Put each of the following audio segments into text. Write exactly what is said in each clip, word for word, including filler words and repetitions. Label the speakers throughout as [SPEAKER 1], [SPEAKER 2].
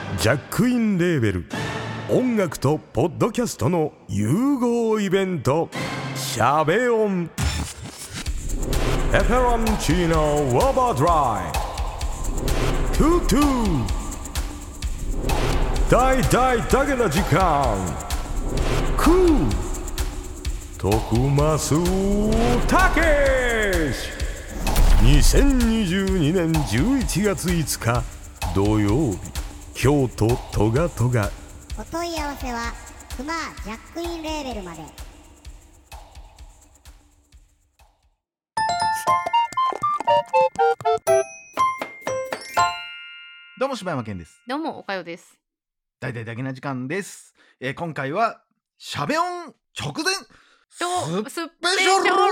[SPEAKER 1] ジャックインレーベル音楽とポッドキャストの融合イベント、シャベオンペペロンチーノウォーバードライトゥトゥ大大だけな時間クー徳増たけしにせんにじゅうにねんじゅういちがついつか土曜日、京都トガトガ。
[SPEAKER 2] お問い合わせはクマジャックインレーベルまで。
[SPEAKER 3] どうも柴山健です。
[SPEAKER 4] どうもおかよです。
[SPEAKER 3] 大々だけな時間です、えー、今回はシャベオン直前
[SPEAKER 4] と
[SPEAKER 3] スペシャル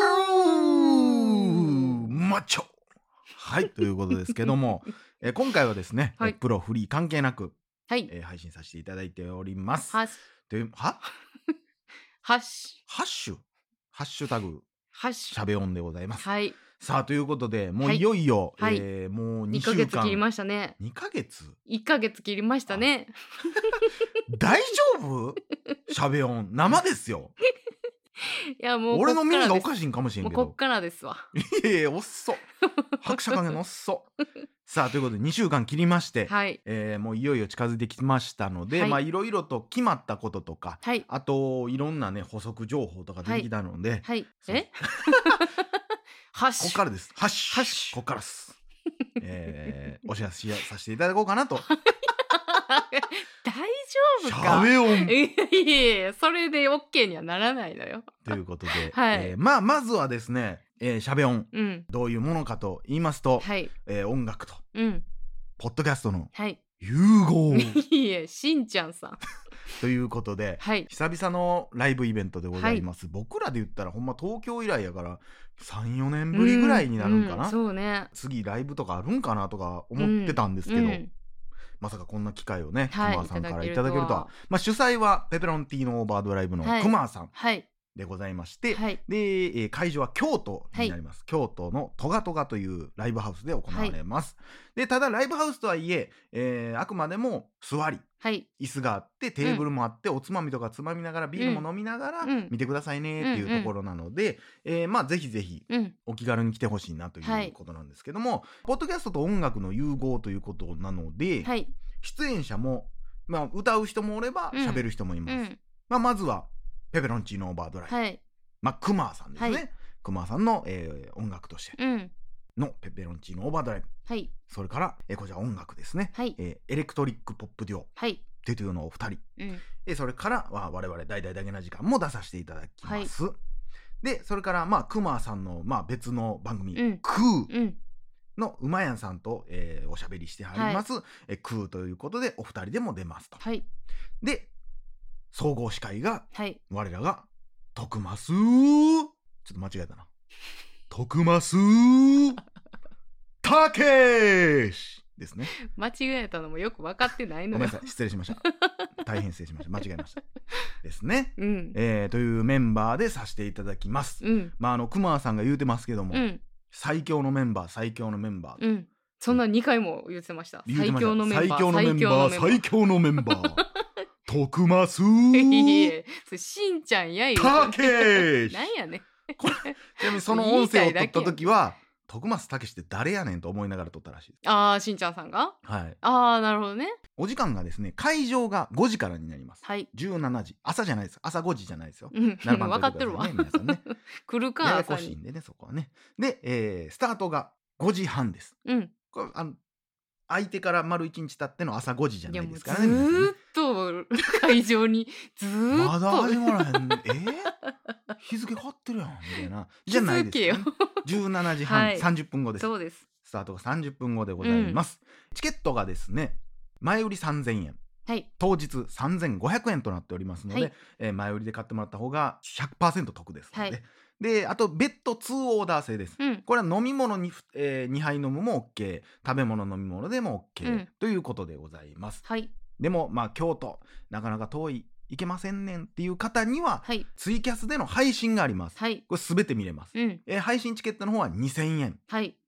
[SPEAKER 3] マッチョはいということですけども、えー、今回はですね、はい、プロフリー関係なく、はいえー、配信させていただいております。
[SPEAKER 4] は
[SPEAKER 3] では
[SPEAKER 4] ハッシュ
[SPEAKER 3] ハッシュハッシュタグ
[SPEAKER 4] ハッシュ
[SPEAKER 3] シャベオンでございます。
[SPEAKER 4] はい。
[SPEAKER 3] さあということでもういよいよ、
[SPEAKER 4] はい
[SPEAKER 3] えー、もうに
[SPEAKER 4] に
[SPEAKER 3] しゅうかん
[SPEAKER 4] かげつ切りましたね。
[SPEAKER 3] にかげつ
[SPEAKER 4] いっかげつ切りましたね。
[SPEAKER 3] 大丈夫シャベオン生ですよ。
[SPEAKER 4] いやもう
[SPEAKER 3] 俺の耳がおかしいんかもしれんけど、
[SPEAKER 4] もうこっからですわ。
[SPEAKER 3] いやいやおっそ拍車加減のおっそさあということでにしゅうかん切りまして、はいえー、もういよいよ近づいてきましたので、はい、まあいろいろと決まったこととか、はい、あといろんなね補足情報とか出てきたので、はい
[SPEAKER 4] はい、えハッシュ
[SPEAKER 3] こっからです。ハッシュハッシュこっからです、えー、お知らせさせていただこうかなと
[SPEAKER 4] 大丈夫か
[SPEAKER 3] シャベオン
[SPEAKER 4] いやいやそれで OK にはならないのよ
[SPEAKER 3] ということで、
[SPEAKER 4] はい
[SPEAKER 3] えー、まあまずはですね、えー、シャベオン、うん、どういうものかと言いますと、はいえー、音楽と、うん、ポッドキャストの融合、はい、
[SPEAKER 4] いやしんちゃんさん
[SPEAKER 3] ということで、はい、久々のライブイベントでございます、はい、僕らで言ったらほんま東京以来やからさん、よねんぶりぐらいになるんかな、うんうん、
[SPEAKER 4] そうね、
[SPEAKER 3] 次ライブとかあるんかなとか思ってたんですけど、うんうんまさかこんな機会をね、はい、クマさんからいただけるとは。まあ、主催はペペロンティーノオーバードライブのクマさんでございまして、はい、で、えー、会場は京都になります、はい、京都のトガトガというライブハウスで行われます、はい、でただライブハウスとはいええー、あくまでも座り、はい、椅子があってテーブルもあって、うん、おつまみとかつまみながらビールも飲みながら見てくださいねっていうところなので、うんうんえー、まあぜひぜひお気軽に来てほしいなということなんですけども、はい、ポッドキャストと音楽の融合ということなので、はい、出演者も、まあ、歌う人もおれば喋る人もいます、うんまあ、まずはペペロンチーノオーバードライブ、はいまあ、クマさんですね、はい、クマさんの、えー、音楽としてのペペロンチーノオーバードライブ、はい、それから、えー、こちら音楽ですね、はいえー、エレクトリックポップデュオ、はい、というのをお二人、うんえー、それからは我々大々だけな時間も出させていただきます、はい、でそれからまあクマさんの、まあ、別の番組、うん、クー、うんのうまやんさんと、えー、おしゃべりしてはります、はいえー、クーということでお二人でも出ますと、はい、で総合司会が、はい、我らが徳増ちょっと間違えたな徳増たけしですね。
[SPEAKER 4] 間違えたのもよく分かってないのよ。
[SPEAKER 3] ごめんなさい失礼しました大変失礼しました間違えましたですね、うんえー、というメンバーでさせていただきます、うんまあ、あのクマさんが言うてますけども、うん最強のメンバー最強のメンバー、うん、
[SPEAKER 4] そんなにかいも言ってました。
[SPEAKER 3] 最
[SPEAKER 4] 強のメンバー
[SPEAKER 3] 最強のメンバー最強のメンバー徳増
[SPEAKER 4] いやそれしんちゃんや言う
[SPEAKER 3] たけし
[SPEAKER 4] なんやね
[SPEAKER 3] これちなみにその音声を撮った時は徳増たけしって誰やねんと思いながら撮ったらしいです。
[SPEAKER 4] ああしんちゃんさんが
[SPEAKER 3] はい
[SPEAKER 4] ああなるほどね。
[SPEAKER 3] お時間がですね会場がごじからになります、はい、じゅうしちじ朝じゃないです朝ごじじゃないですよ、うん、分
[SPEAKER 4] かってるわ
[SPEAKER 3] 皆さんね
[SPEAKER 4] 来るか
[SPEAKER 3] ややこしいんでねそこはねで、えー、スタートがごじはんです、うん、これあの相手から丸いちにち経っての朝ごじじゃないですからね。
[SPEAKER 4] ずーっと会場にずーっと
[SPEAKER 3] まだ始まらへんえー、日付変わってるやんみたいなじゃないですよ、ね、じゅうしちじはん、はい、さんじゅっぷんごです。
[SPEAKER 4] そうです
[SPEAKER 3] スタートがさんじゅっぷんごでございます、うん、チケットがですね前売りさんぜんえん、はい、当日さんぜんごひゃくえんとなっておりますので、はいえー、前売りで買ってもらった方が ひゃくパーセント 得ですので、はいであと別途にオーダー制です、うん、これは飲み物 に、えー、にはい飲むも OK 食べ物飲み物でも OK、うん、ということでございます、はい、でもまあ京都なかなか遠い行けませんねんっていう方には、はい、ツイキャスでの配信があります、はい、これ全て見れます、うんえー、配信チケットの方はにせんえん、はい、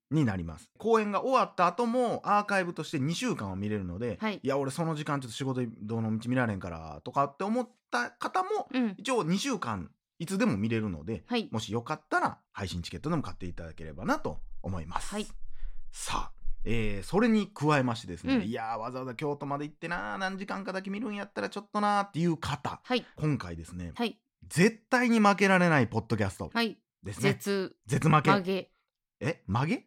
[SPEAKER 3] になります。公演が終わった後もアーカイブとしてにしゅうかんは見れるので、はい、いや俺その時間ちょっと仕事どの道見られんからとかって思った方も、うん、一応にしゅうかんいつでも見れるので、はい、もしよかったら配信チケットでも買っていただければなと思います。はい、さあ、えー、それに加えましてですね、うん、いやわざわざ京都まで行ってな何時間かだけ見るんやったらちょっとなっていう方、はい、今回ですね、はい、絶対に負けられないポッドキャストですね。はい、絶絶負け。曲げ。え曲げ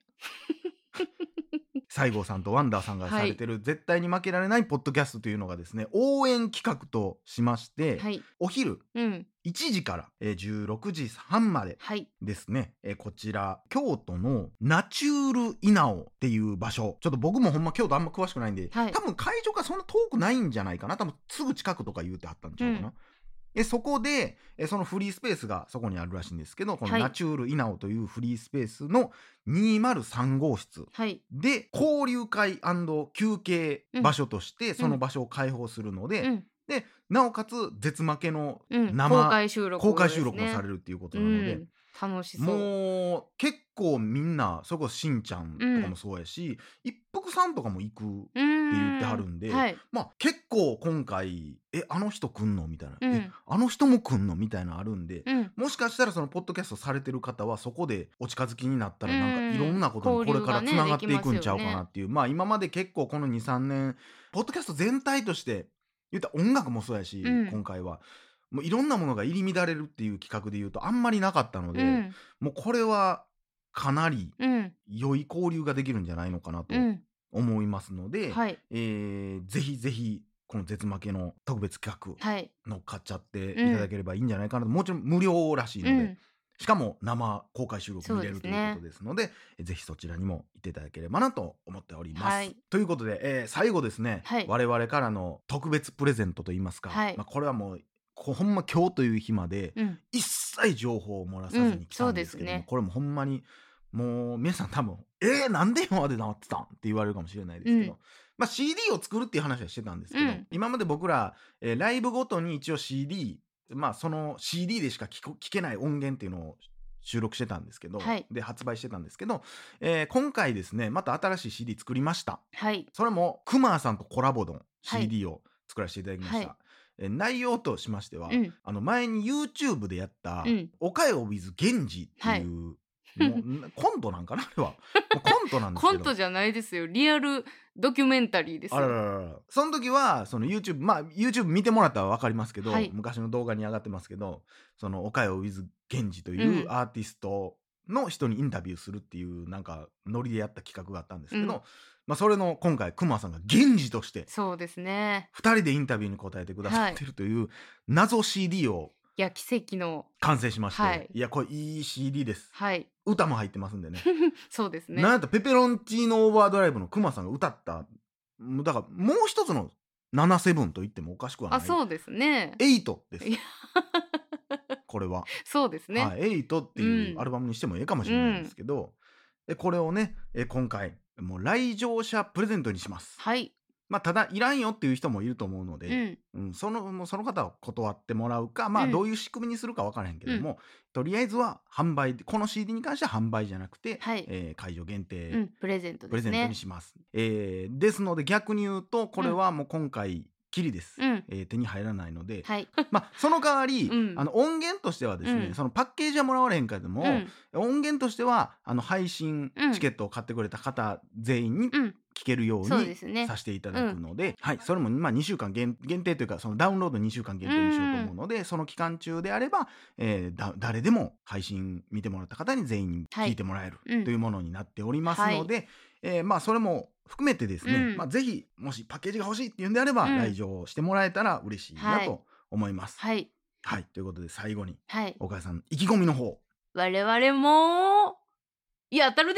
[SPEAKER 3] 西郷さんとワンダーさんがされてる絶対に負けられないポッドキャストというのがですね、応援企画としまして、はい、お昼、うん、いちじから、えー、じゅうろくじはんまでですね、はい、えー、こちら京都のナチュール稲尾っていう場所、ちょっと僕もほんま京都あんま詳しくないんで、はい、多分会場がそんな遠くないんじゃないかな、多分すぐ近くとか言うてはったんちゃうかな、うん、えそこでえそのフリースペースがそこにあるらしいんですけど、このナチュール稲尾というフリースペースのにまるさんごうしつで交流会&休憩場所としてその場所を開放するので、うん、でなおかつ絶負けの生、うん、公開収録、公開収録もされるっていうことなので、うん、楽しそう。もう結構みんなそこしんちゃんとかもそうやし、うん、一服さんとかも行くって言ってはるんで、はい、まあ結構今回えあの人来んのみたいな、うん、えあの人も来んのみたいなあるんで、うん、もしかしたらそのポッドキャストされてる方はそこでお近づきになったらなんかいろんなことにこれからつながっていくんちゃうかなっていう、ね、まあ今まで結構この にさんねんポッドキャスト全体として言ったら音楽もそうやし、うん、今回はもういろんなものが入り乱れるっていう企画で言うとあんまりなかったので、うん、もうこれはかなり良い交流ができるんじゃないのかなと思いますので、うん、はい、えー、ぜひぜひこの絶負けの特別企画乗っかっちゃっていただければいいんじゃないかなと、うん、もちろん無料らしいので、うん、しかも生公開収録見れるということですので、ぜひそちらにも行っていただければなと思っております、はい、ということで、えー、最後ですね、はい、我々からの特別プレゼントといいますか、はい、まあ、これはもうほんま今日という日まで一切情報を漏らさずに来たんですけども、うん、ね、これもほんまにもう皆さん多分えー、なんで今まで黙ってたんって言われるかもしれないですけど、うん、まあ、シーディー を作るっていう話はしてたんですけど、うん、今まで僕ら、えー、ライブごとに一応 シーディー、まあその シーディー でしか 聞, 聞けない音源っていうのを収録してたんですけど、はい、で発売してたんですけど、えー、今回ですねまた新しい シーディー 作りました、はい、それもクマーさんとコラボの シーディー を作らせていただきました、はいはい、え内容としましては、うん、あの前に YouTube でやった「おかよ with 源氏」っていう、はい、もうコントなんかなあれはコントなんですけど
[SPEAKER 4] コントじゃないですよ、リアルドキュメンタリーですよ。あらららら、
[SPEAKER 3] その時はその YouTube まあ YouTube 見てもらったら分かりますけど、はい、昔の動画に上がってますけど、そのおかよ with 源氏というアーティストの人にインタビューするっていうなんかノリでやった企画があったんですけど、うん、まあ、それの今回クマさんが源氏として
[SPEAKER 4] そうですね
[SPEAKER 3] ふたりでインタビューに答えてくださってるという謎 シーディー を
[SPEAKER 4] いや奇跡の
[SPEAKER 3] 完成しまして、はい、いやこれいい シーディー です、はい、歌も入ってますんでね
[SPEAKER 4] そうですね、
[SPEAKER 3] なんやったらペペロンチーノオーバードライブのクマさんが歌っただからもう一つのななセブンと言ってもおかしくはない、
[SPEAKER 4] あそうですね
[SPEAKER 3] エイトですこれは
[SPEAKER 4] そうですね、
[SPEAKER 3] はい、エイトっていうアルバムにしてもいいかもしれないんですけど、うん、これをね今回もう来場者プレゼントにします。はい。まあただいらんよっていう人もいると思うので、うんうん、そのもうその方は断ってもらうか、まあどういう仕組みにするか分からへんけども、うん、とりあえずは販売この シーディー に関しては販売じゃなくて、はい、えー、会場限定、うん、
[SPEAKER 4] プレゼントですね。
[SPEAKER 3] プレゼントにします。えー、ですので逆に言うとこれはもう今回きりです、うん、えー、手に入らないので、はい、まあその代わり、うん、あの音源としてはですね、うん、そのパッケージはもらわれへんかでも、うん、音源としてはあの配信チケットを買ってくれた方全員に聞けるようにさせていただくので、うん、はい、それもまあにしゅうかん 限, 限定というかそのダウンロードにしゅうかん限定にしようと思うので、うん、その期間中であれば、えー、だ誰でも配信見てもらった方に全員聞いてもらえる、はい、というものになっておりますので、はい、えー、まあそれも含めてですね、うん、まあ、ぜひもしパッケージが欲しいっていうんであれば、うん、来場してもらえたら嬉しいなと思います。はい、はい、ということで最後に、はい、岡谷さん意気込みの方。
[SPEAKER 4] 我々もいや当たるで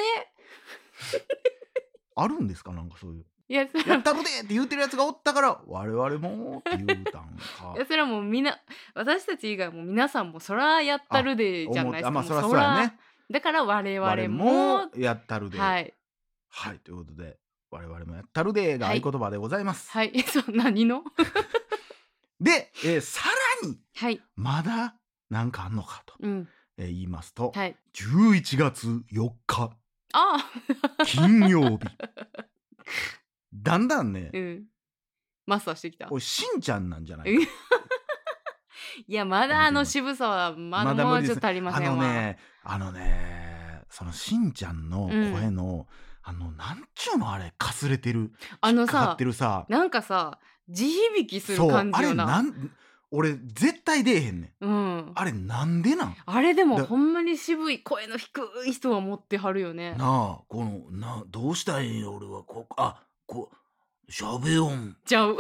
[SPEAKER 3] あるんですか、なんかそういうやったるでって言ってるやつがおったから我々もって言うたんか
[SPEAKER 4] いやそれはもうみんな私たち以外も皆さんもそらやったるでじゃないですか。
[SPEAKER 3] まあそらそうやね。
[SPEAKER 4] だから我々も
[SPEAKER 3] やったるで、はい、はい、ということで我々もやったるでが合言葉でございます。
[SPEAKER 4] はい、はい、そう何の
[SPEAKER 3] で、えー、さらに、はい、まだなんかあんのかと、うん、えー、言いますと、はい、じゅういちがつよっか
[SPEAKER 4] あ
[SPEAKER 3] 金曜日だんだんね、
[SPEAKER 4] うん、マスターしてきた。
[SPEAKER 3] おいしんちゃんなんじゃないか
[SPEAKER 4] いやまだあの渋さはまだもうちょっと足りませんわ。
[SPEAKER 3] あのねあのねそのしんちゃんの声の、うん、あのなんちゅうのあれかすれてる
[SPEAKER 4] あの
[SPEAKER 3] さ引っかかってるさ
[SPEAKER 4] なんかさ地響きする感じよな。
[SPEAKER 3] そうあれなん俺絶対出えへんねん、うん、あれなんでなん
[SPEAKER 4] あれでもほんまに渋い声の低い人は持ってはるよね。
[SPEAKER 3] なあこのなどうしたいん俺はこあこしゃべよん
[SPEAKER 4] ちゃう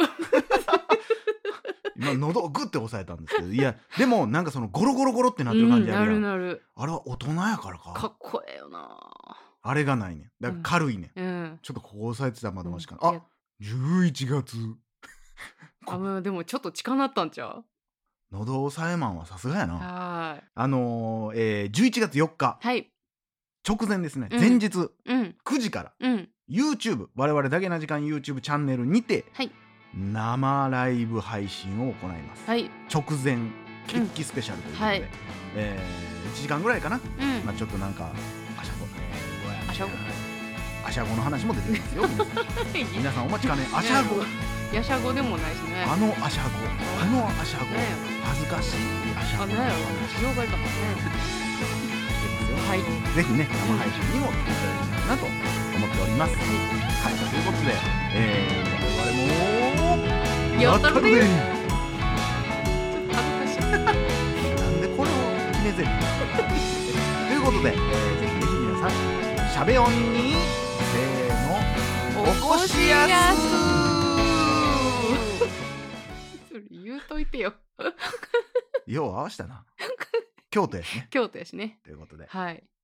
[SPEAKER 3] 今喉をグッて押さえたんですけどいやでもなんかそのゴロゴロゴロってなってる感じあるやん、
[SPEAKER 4] うん、なるなる。
[SPEAKER 3] あれは大人やからか
[SPEAKER 4] かっこええよな。
[SPEAKER 3] あれがないねんだから軽いねん、うん、ちょっとここ押さえてたらまだましかな、うん、あじゅういちがつ
[SPEAKER 4] あでもちょっと近なったんちゃう。
[SPEAKER 3] 喉押さえマンはさすがやな。
[SPEAKER 4] はい
[SPEAKER 3] あのーえー、じゅういちがつよっか、
[SPEAKER 4] はい、
[SPEAKER 3] 直前ですね、うん、前日、
[SPEAKER 4] うん、
[SPEAKER 3] くじから、
[SPEAKER 4] うん、
[SPEAKER 3] YouTube 我々だけな時間 YouTube チャンネルにて、
[SPEAKER 4] はい、
[SPEAKER 3] 生ライブ配信を行います、
[SPEAKER 4] はい、
[SPEAKER 3] 直前決起スペシャルということで、うんはいえー、いちじかんぐらいかな、うんまあ、ちょっとなんかあしゃご
[SPEAKER 4] あしゃご
[SPEAKER 3] あしゃごの話も出てきますよ皆さん皆さんお待ちかねあしゃご
[SPEAKER 4] やしゃごでもないしね。
[SPEAKER 3] あのあしゃごあのあしゃご恥ずかしいあしゃご
[SPEAKER 4] あなんやろ業界かもね
[SPEAKER 3] はいぜひね生配信にも来ていただきたいなと思っております、はい、はい、ということで、えー、我々も
[SPEAKER 4] やったるで
[SPEAKER 3] 恥ずかしいなんでこれを決めぜるということで、えー、ぜひぜひ皆さんしゃべ音にせーのおこしやす
[SPEAKER 4] それ言うといてよ
[SPEAKER 3] よう合わしたな京都やしね
[SPEAKER 4] 京都やしね
[SPEAKER 3] ということで
[SPEAKER 4] はい